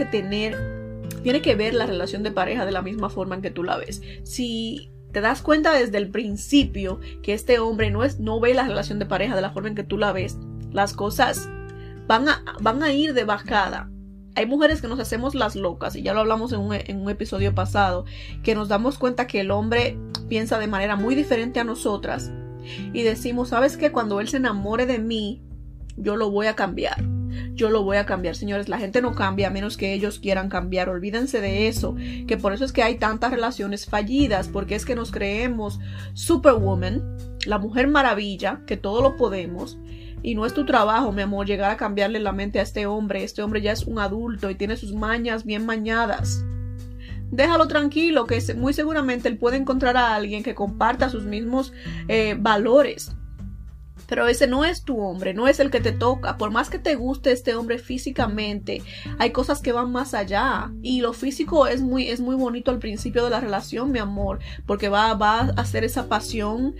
que ver la relación de pareja de la misma forma en que tú la ves. Si te das cuenta desde el principio que este hombre no ve la relación de pareja de la forma en que tú la ves, las cosas van a ir de bajada. Hay mujeres que nos hacemos las locas, y ya lo hablamos en un episodio pasado, que nos damos cuenta que el hombre piensa de manera muy diferente a nosotras y decimos, ¿sabes qué? Cuando él se enamore de mí, yo lo voy a cambiar. Yo lo voy a cambiar, señores. La gente no cambia a menos que ellos quieran cambiar. Olvídense de eso, que por eso es que hay tantas relaciones fallidas, porque es que nos creemos Superwoman, la mujer maravilla, que todo lo podemos, y no es tu trabajo, mi amor, llegar a cambiarle la mente a este hombre. Este hombre ya es un adulto y tiene sus mañas bien mañadas. Déjalo tranquilo, que muy seguramente él puede encontrar a alguien que comparta sus mismos valores. Pero ese no es tu hombre, no es el que te toca. Por más que te guste este hombre físicamente, hay cosas que van más allá. Y lo físico es muy bonito al principio de la relación, mi amor, porque va a hacer esa pasión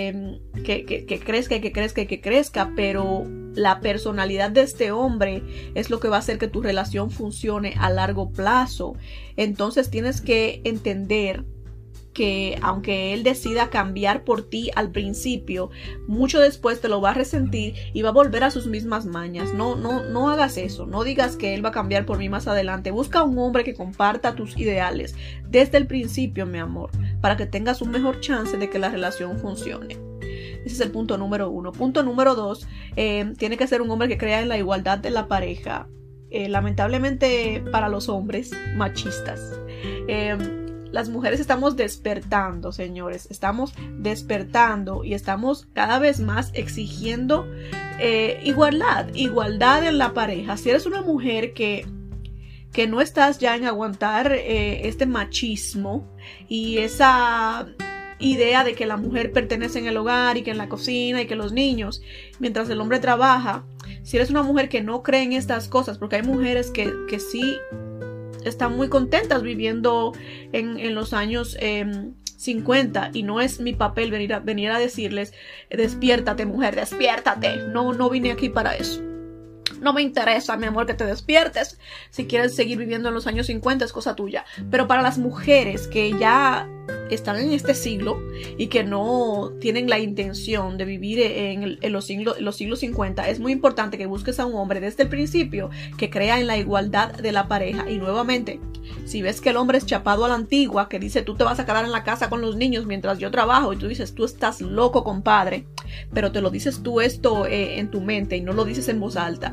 que crezca, pero la personalidad de este hombre es lo que va a hacer que tu relación funcione a largo plazo. Entonces tienes que entender que aunque él decida cambiar por ti al principio, mucho después te lo va a resentir y va a volver a sus mismas mañas. No hagas eso. No digas que él va a cambiar por mí más adelante. Busca un hombre que comparta tus ideales desde el principio, mi amor, para que tengas un mejor chance de que la relación funcione. Ese es el punto número 1. Punto número 2, tiene que ser un hombre que crea en la igualdad de la pareja. Lamentablemente para los hombres machistas, las mujeres estamos despertando, señores, estamos despertando y estamos cada vez más exigiendo igualdad en la pareja. Si eres una mujer que no estás ya en aguantar este machismo y esa idea de que la mujer pertenece en el hogar y que en la cocina y que los niños, mientras el hombre trabaja, si eres una mujer que no cree en estas cosas, porque hay mujeres que sí están muy contentas viviendo en los años 50 y no es mi papel venir a decirles despiértate, mujer, despiértate. No vine aquí para eso. No me interesa, mi amor, que te despiertes. Si quieres seguir viviendo en los años 50 es cosa tuya. Pero para las mujeres que ya están en este siglo y que no tienen la intención de vivir en los siglos 50, es muy importante que busques a un hombre desde el principio que crea en la igualdad de la pareja. Y nuevamente, si ves que el hombre es chapado a la antigua, que dice tú te vas a quedar en la casa con los niños mientras yo trabajo, y tú dices tú estás loco, compadre, pero te lo dices tú esto en tu mente y no lo dices en voz alta.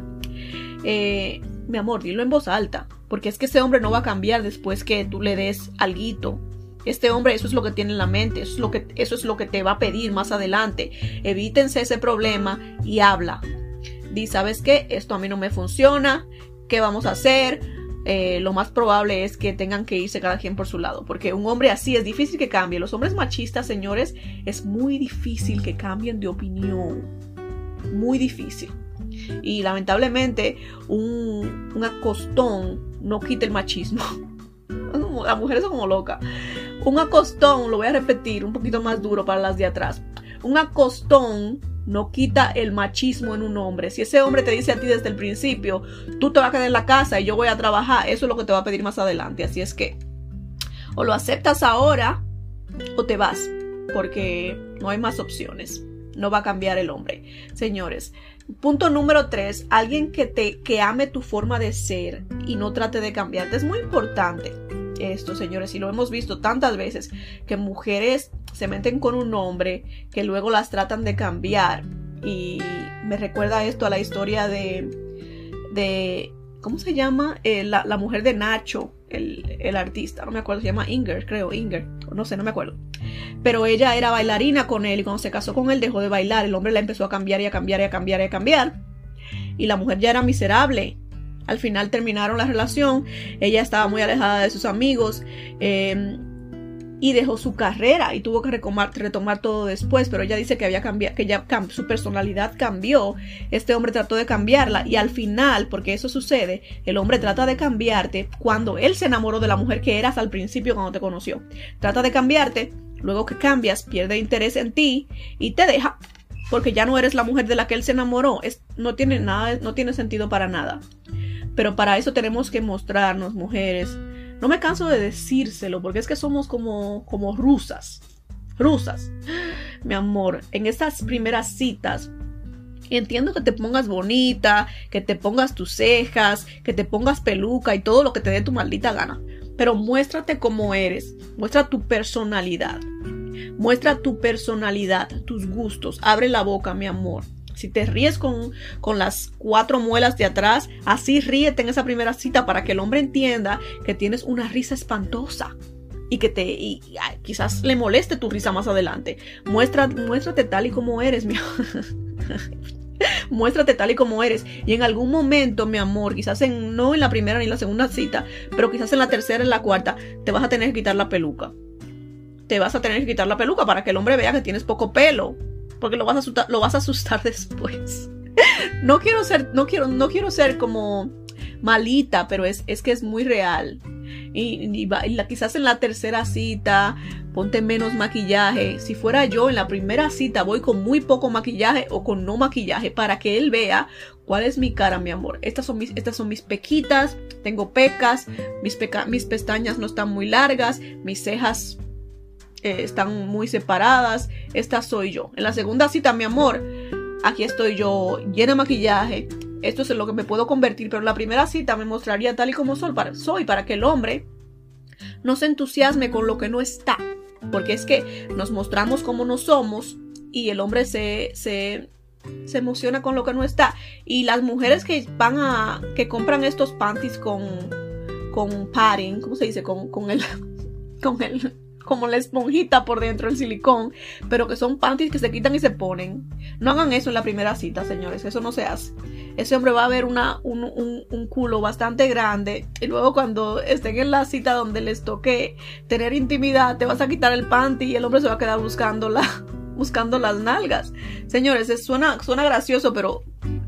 Mi amor, dilo en voz alta, porque es que ese hombre no va a cambiar después que tú le des alguito. Este hombre eso es lo que tiene en la mente, eso es lo que te va a pedir más adelante. Evítense ese problema y habla. Di, ¿sabes qué? Esto a mí no me funciona, ¿qué vamos a hacer? Lo más probable es que tengan que irse cada quien por su lado, porque un hombre así es difícil que cambie. Los hombres machistas, señores, es muy difícil que cambien de opinión, muy difícil. Y lamentablemente un acostón no quita el machismo. Las mujeres son como locas. Un acostón, lo voy a repetir un poquito más duro para las de atrás, un acostón no quita el machismo en un hombre. Si ese hombre te dice a ti desde el principio, tú te vas a quedar en la casa y yo voy a trabajar, eso es lo que te va a pedir más adelante. Así es que o lo aceptas ahora o te vas, porque no hay más opciones. No va a cambiar el hombre, señores. Punto número 3, alguien que ame tu forma de ser y no trate de cambiarte. Es muy importante esto, señores, y lo hemos visto tantas veces, que mujeres se meten con un hombre que luego las tratan de cambiar. Y me recuerda esto a la historia de ¿cómo se llama? La mujer de Nacho, el artista, no me acuerdo, se llama Inger, creo, Inger, no sé, no me acuerdo. Pero ella era bailarina con él y cuando se casó con él dejó de bailar. El hombre la empezó a cambiar y a cambiar y a cambiar y a cambiar. Y la mujer ya era miserable. Al final terminaron la relación. Ella estaba muy alejada de sus amigos. y dejó su carrera y tuvo que retomar todo después, pero ella dice que había cambiado, que ya su personalidad cambió. Este hombre trató de cambiarla y al final, porque eso sucede, el hombre trata de cambiarte cuando él se enamoró de la mujer que eras al principio cuando te conoció. Trata de cambiarte, luego que cambias, pierde interés en ti y te deja porque ya no eres la mujer de la que él se enamoró. No tiene sentido para nada. Pero para eso tenemos que mostrarnos, mujeres. No me canso de decírselo, porque es que somos como rusas. Rusas. Mi amor, en estas primeras citas, entiendo que te pongas bonita, que te pongas tus cejas, que te pongas peluca y todo lo que te dé tu maldita gana. Pero muéstrate como eres. Muestra tu personalidad. Muestra tu personalidad, tus gustos. Abre la boca, mi amor. Si te ríes con las 4 muelas de atrás, así ríete en esa primera cita para que el hombre entienda que tienes una risa espantosa y que quizás le moleste tu risa más adelante. Muéstrate tal y como eres, mi amor. Muéstrate tal y como eres. Y en algún momento, mi amor, quizás no en la primera ni la segunda cita, pero quizás en la tercera, en la cuarta, te vas a tener que quitar la peluca. Te vas a tener que quitar la peluca para que el hombre vea que tienes poco pelo. Porque lo vas a asustar después. No quiero ser como malita, pero es que es muy real. Y quizás en la tercera cita ponte menos maquillaje. Si fuera yo, en la primera cita voy con muy poco maquillaje o con no maquillaje para que él vea cuál es mi cara, mi amor. Estas son mis pequitas, tengo pecas, mis pestañas no están muy largas, mis cejas están muy separadas. Esta soy yo. En la segunda cita, mi amor, aquí estoy yo, llena de maquillaje. Esto es en lo que me puedo convertir, pero en la primera cita me mostraría tal y como soy para que el hombre no se entusiasme con lo que no está. Porque es que nos mostramos como no somos y el hombre se emociona con lo que no está. Y las mujeres que compran estos panties con padding, ¿cómo se dice? Como la esponjita por dentro, el silicón, pero que son panties que se quitan y se ponen. No hagan eso en la primera cita, señores, eso no se hace. Ese hombre va a ver un culo bastante grande y luego cuando estén en la cita donde les toque tener intimidad, te vas a quitar el panty y el hombre se va a quedar buscando las nalgas. Señores, suena gracioso, pero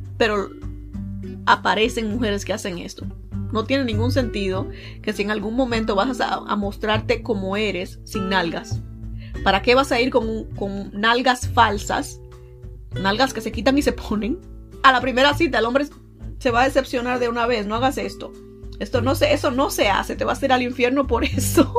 aparecen mujeres que hacen esto. No tiene ningún sentido que si en algún momento vas a mostrarte como eres sin nalgas. ¿Para qué vas a ir con nalgas falsas? Nalgas que se quitan y se ponen. A la primera cita el hombre se va a decepcionar de una vez. No hagas esto. Eso no se hace. Te vas a ir al infierno por eso.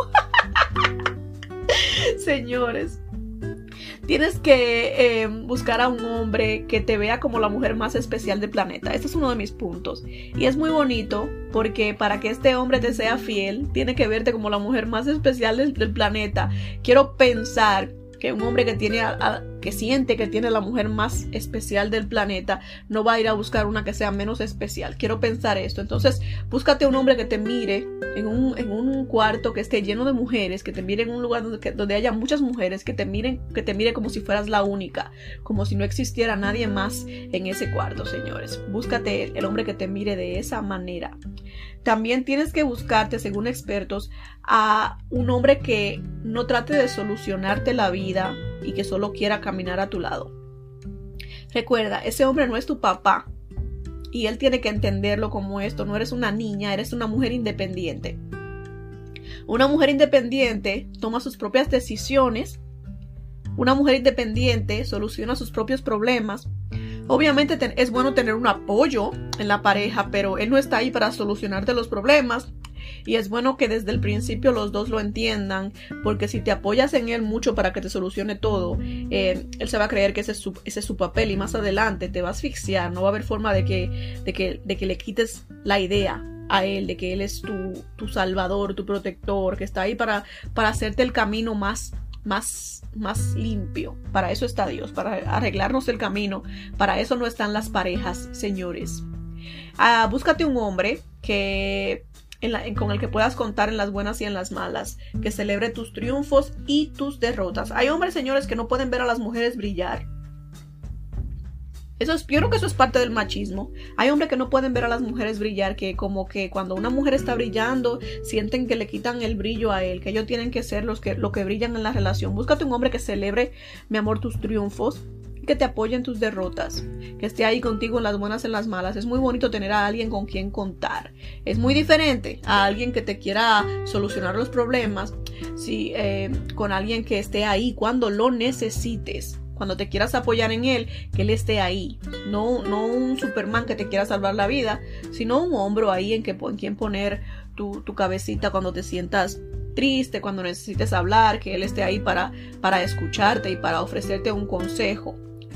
Señores. Tienes que buscar a un hombre que te vea como la mujer más especial del planeta. Este es uno de mis puntos. Y es muy bonito porque para que este hombre te sea fiel, tiene que verte como la mujer más especial del planeta. Quiero pensar que un hombre que siente que tiene la mujer más especial del planeta no va a ir a buscar una que sea menos especial. Quiero pensar esto. Entonces, búscate un hombre que te mire en un cuarto que esté lleno de mujeres, que te mire en un lugar donde haya muchas mujeres, que te mire como si fueras la única, como si no existiera nadie más en ese cuarto, señores. Búscate el hombre que te mire de esa manera. También tienes que buscarte, según expertos, a un hombre que no trate de solucionarte la vida y que solo quiera caminar a tu lado. Recuerda, ese hombre no es tu papá y él tiene que entenderlo como esto. No eres una niña, eres una mujer independiente. Una mujer independiente toma sus propias decisiones. Una mujer independiente soluciona sus propios problemas. Obviamente es bueno tener un apoyo en la pareja, pero él no está ahí para solucionarte los problemas. Y es bueno que desde el principio los dos lo entiendan, porque si te apoyas en él mucho para que te solucione todo, él se va a creer que ese es su papel y más adelante te va a asfixiar. No va a haber forma de que le quites la idea a él, de que él es tu salvador, tu protector, que está ahí para hacerte el camino más limpio. Para eso está Dios, para arreglarnos el camino. Para eso no están las parejas, señores. Búscate un hombre con el que puedas contar en las buenas y en las malas, que celebre tus triunfos y tus derrotas. Hay hombres, señores, que no pueden ver a las mujeres brillar. Yo creo que eso es parte del machismo. Hay hombres que no pueden ver a las mujeres brillar, que como que cuando una mujer está brillando, sienten que le quitan el brillo a él, que ellos tienen que ser lo que brillan en la relación. Búscate un hombre que celebre, mi amor, tus triunfos, que te apoye en tus derrotas, que esté ahí contigo en las buenas, en las malas. Es muy bonito tener a alguien con quien contar. Es muy diferente a alguien que te quiera solucionar los problemas, con alguien que esté ahí cuando lo necesites. Cuando te quieras apoyar en él, que él esté ahí. No un Superman que te quiera salvar la vida, sino un hombro ahí en quien poner tu cabecita cuando te sientas triste, cuando necesites hablar, que él esté ahí para escucharte y para ofrecerte un consejo.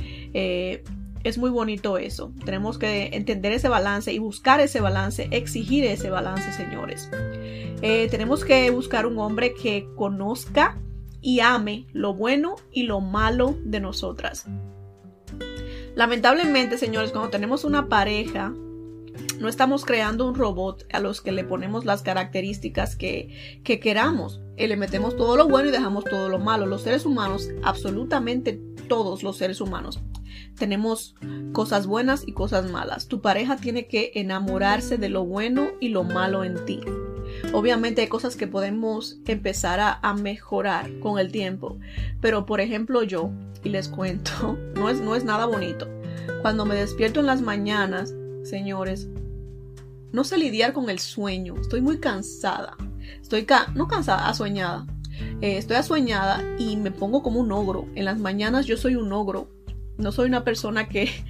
Es muy bonito eso. Tenemos que entender ese balance y buscar ese balance, exigir ese balance, señores. Tenemos que buscar un hombre que conozca y ame lo bueno y lo malo de nosotras. Lamentablemente, señores, cuando tenemos una pareja, no estamos creando un robot a los que le ponemos las características que queramos. Le metemos todo lo bueno y dejamos todo lo malo. Los seres humanos, absolutamente todos los seres humanos, tenemos cosas buenas y cosas malas. Tu pareja tiene que enamorarse de lo bueno y lo malo en ti. Obviamente hay cosas que podemos empezar a mejorar con el tiempo, pero por ejemplo yo, y les cuento, no es nada bonito. Cuando me despierto en las mañanas, señores, no sé lidiar con el sueño. Estoy muy cansada. No cansada, asueñada. Estoy asueñada y me pongo como un ogro. En las mañanas yo soy un ogro. No soy una persona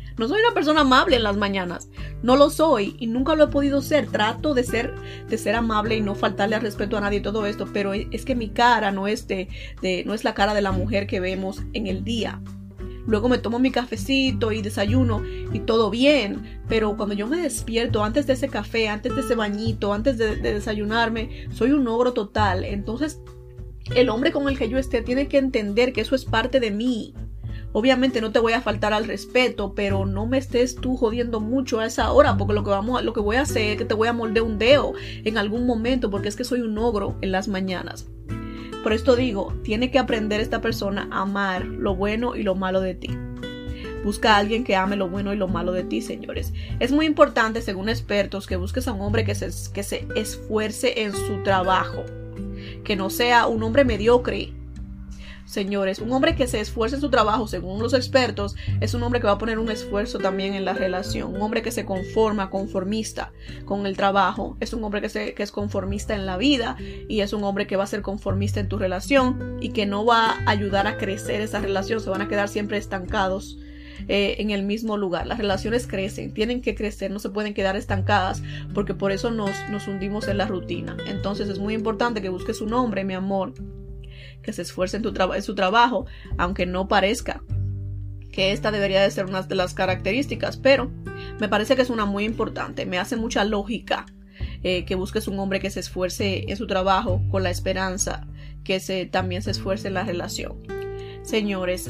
amable en las mañanas. No lo soy y nunca lo he podido ser. Trato de ser amable y no faltarle al respeto a nadie y todo esto, pero es que mi cara no es la cara de la mujer que vemos en el día. Luego me tomo mi cafecito y desayuno y todo bien, pero cuando yo me despierto, antes de ese café, antes de ese bañito, antes de desayunarme, soy un ogro total. Entonces, el hombre con el que yo esté tiene que entender que eso es parte de mí. Obviamente no te voy a faltar al respeto, pero no me estés tú jodiendo mucho a esa hora, porque lo que voy a hacer es que te voy a morder un dedo en algún momento, porque es que soy un ogro en las mañanas. Por esto digo, tiene que aprender esta persona a amar lo bueno y lo malo de ti. Busca a alguien que ame lo bueno y lo malo de ti, señores. Es muy importante, según expertos, que busques a un hombre que se esfuerce en su trabajo, que no sea un hombre mediocre. Señores, un hombre que se esfuerce en su trabajo, según los expertos, es un hombre que va a poner un esfuerzo también en la relación. Un hombre que se conformista con el trabajo. Es un hombre que es conformista en la vida y es un hombre que va a ser conformista en tu relación y que no va a ayudar a crecer esa relación. Se van a quedar siempre estancados en el mismo lugar. Las relaciones crecen, tienen que crecer, no se pueden quedar estancadas, porque por eso nos hundimos en la rutina. Entonces es muy importante que busques un hombre, mi amor, que se esfuerce en su trabajo, aunque no parezca que esta debería de ser una de las características, pero me parece que es una muy importante. Me hace mucha lógica que busques un hombre que se esfuerce en su trabajo con la esperanza que también se esfuerce en la relación. Señores,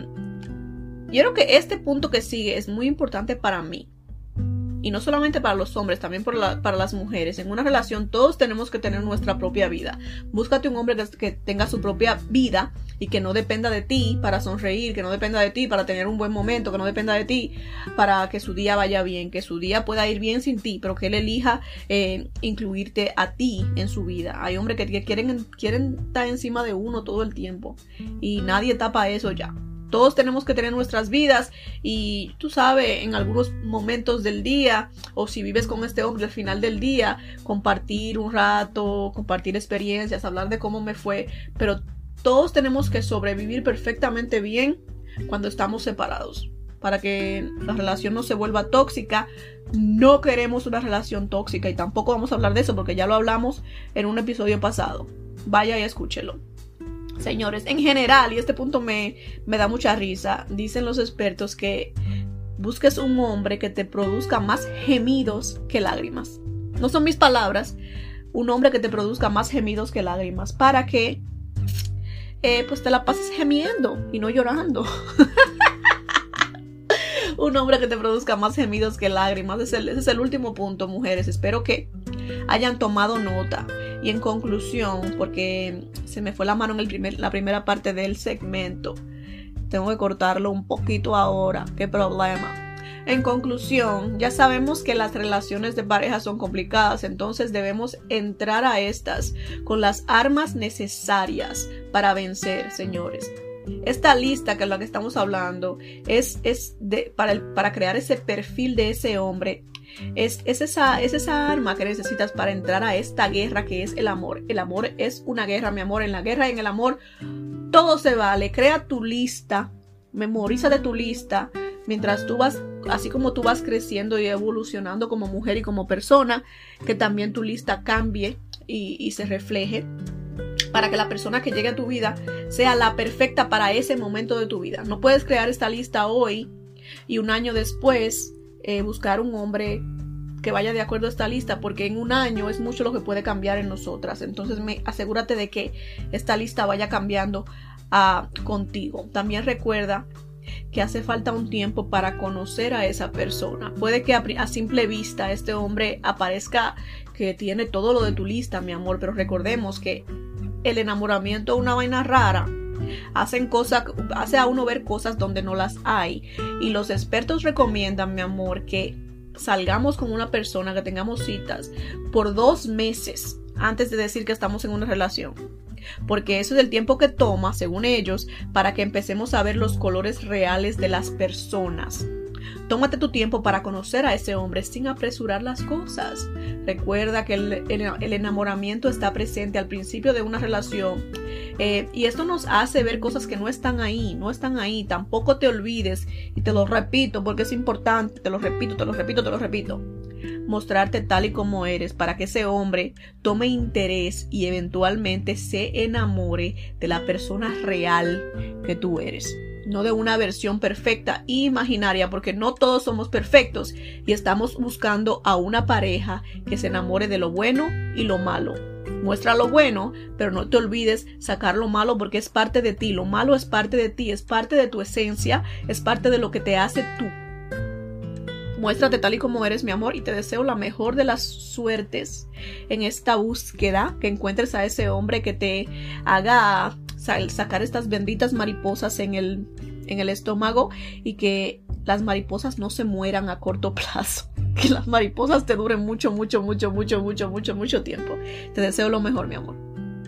yo creo que este punto que sigue es muy importante para mí. Y no solamente para los hombres, también para las mujeres. En una relación todos tenemos que tener nuestra propia vida. Búscate un hombre que tenga su propia vida y que no dependa de ti para sonreír, que no dependa de ti para tener un buen momento, que no dependa de ti para que su día vaya bien, que su día pueda ir bien sin ti, pero que él elija incluirte a ti en su vida. Hay hombres que quieren estar encima de uno todo el tiempo y nadie tapa eso ya. Todos tenemos que tener nuestras vidas y tú sabes, en algunos momentos del día, o si vives con este hombre al final del día, compartir un rato, compartir experiencias, hablar de cómo me fue, pero todos tenemos que sobrevivir perfectamente bien cuando estamos separados, para que la relación no se vuelva tóxica. No queremos una relación tóxica y tampoco vamos a hablar de eso porque ya lo hablamos en un episodio pasado. Vaya y escúchelo. Señores, en general, y este punto me da mucha risa, dicen los expertos que busques un hombre que te produzca más gemidos que lágrimas. No son mis palabras. Un hombre que te produzca más gemidos que lágrimas para que pues te la pases gemiendo y no llorando. Un hombre que te produzca más gemidos que lágrimas. Ese es el último punto, mujeres. Espero que hayan tomado nota. Y en conclusión, porque se me fue la mano en la primera parte del segmento, tengo que cortarlo un poquito ahora. ¿Qué problema? En conclusión, ya sabemos que las relaciones de pareja son complicadas, entonces debemos entrar a estas con las armas necesarias para vencer, señores. Esta lista que es la que estamos hablando para crear ese perfil de ese hombre. Es esa arma que necesitas para entrar a esta guerra que es el amor. El amor es una guerra, mi amor. En la guerra y en el amor todo se vale. Crea tu lista, memorízate tu lista. Mientras tú vas, así como tú vas creciendo y evolucionando como mujer y como persona, que también tu lista cambie y se refleje para que la persona que llegue a tu vida sea la perfecta para ese momento de tu vida. No puedes crear esta lista hoy y un año después buscar un hombre que vaya de acuerdo a esta lista, porque en un año es mucho lo que puede cambiar en nosotras. Entonces asegúrate de que esta lista vaya cambiando contigo. También recuerda que hace falta un tiempo para conocer a esa persona. Puede que a simple vista este hombre aparezca que tiene todo lo de tu lista, mi amor, pero recordemos que el enamoramiento es una vaina rara. Hace a uno ver cosas donde no las hay. Y los expertos recomiendan, mi amor, que salgamos con una persona, que tengamos citas por 2 meses antes de decir que estamos en una relación. Porque eso es el tiempo que toma, según ellos, para que empecemos a ver los colores reales de las personas. Tómate tu tiempo para conocer a ese hombre sin apresurar las cosas. Recuerda que el enamoramiento está presente al principio de una relación. Y esto nos hace ver cosas que no están ahí. Tampoco te olvides, y te lo repito porque es importante, te lo repito. Mostrarte tal y como eres para que ese hombre tome interés y eventualmente se enamore de la persona real que tú eres. No de una versión perfecta e imaginaria, porque no todos somos perfectos y estamos buscando a una pareja que se enamore de lo bueno y lo malo. Muestra lo bueno, pero no te olvides sacar lo malo, porque es parte de ti. Lo malo es parte de ti, es parte de tu esencia, es parte de lo que te hace tú. Muéstrate tal y como eres, mi amor, y te deseo la mejor de las suertes en esta búsqueda, que encuentres a ese hombre que te haga sacar estas benditas mariposas en el estómago, y que las mariposas no se mueran a corto plazo, que las mariposas te duren mucho tiempo. Te deseo lo mejor, mi amor.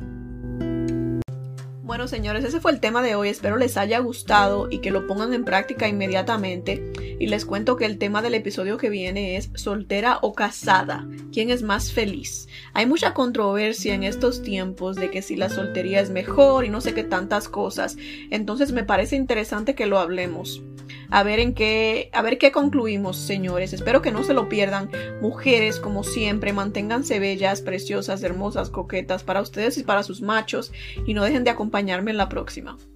Bueno, señores, ese fue el tema de hoy. Espero les haya gustado y que lo pongan en práctica inmediatamente. Y les cuento que el tema del episodio que viene es soltera o casada. ¿Quién es más feliz? Hay mucha controversia en estos tiempos de que si la soltería es mejor y no sé qué tantas cosas. Entonces me parece interesante que lo hablemos. A ver qué concluimos, señores. Espero que no se lo pierdan. Mujeres, como siempre, manténganse bellas, preciosas, hermosas, coquetas para ustedes y para sus machos. Y no dejen de acompañarme en la próxima.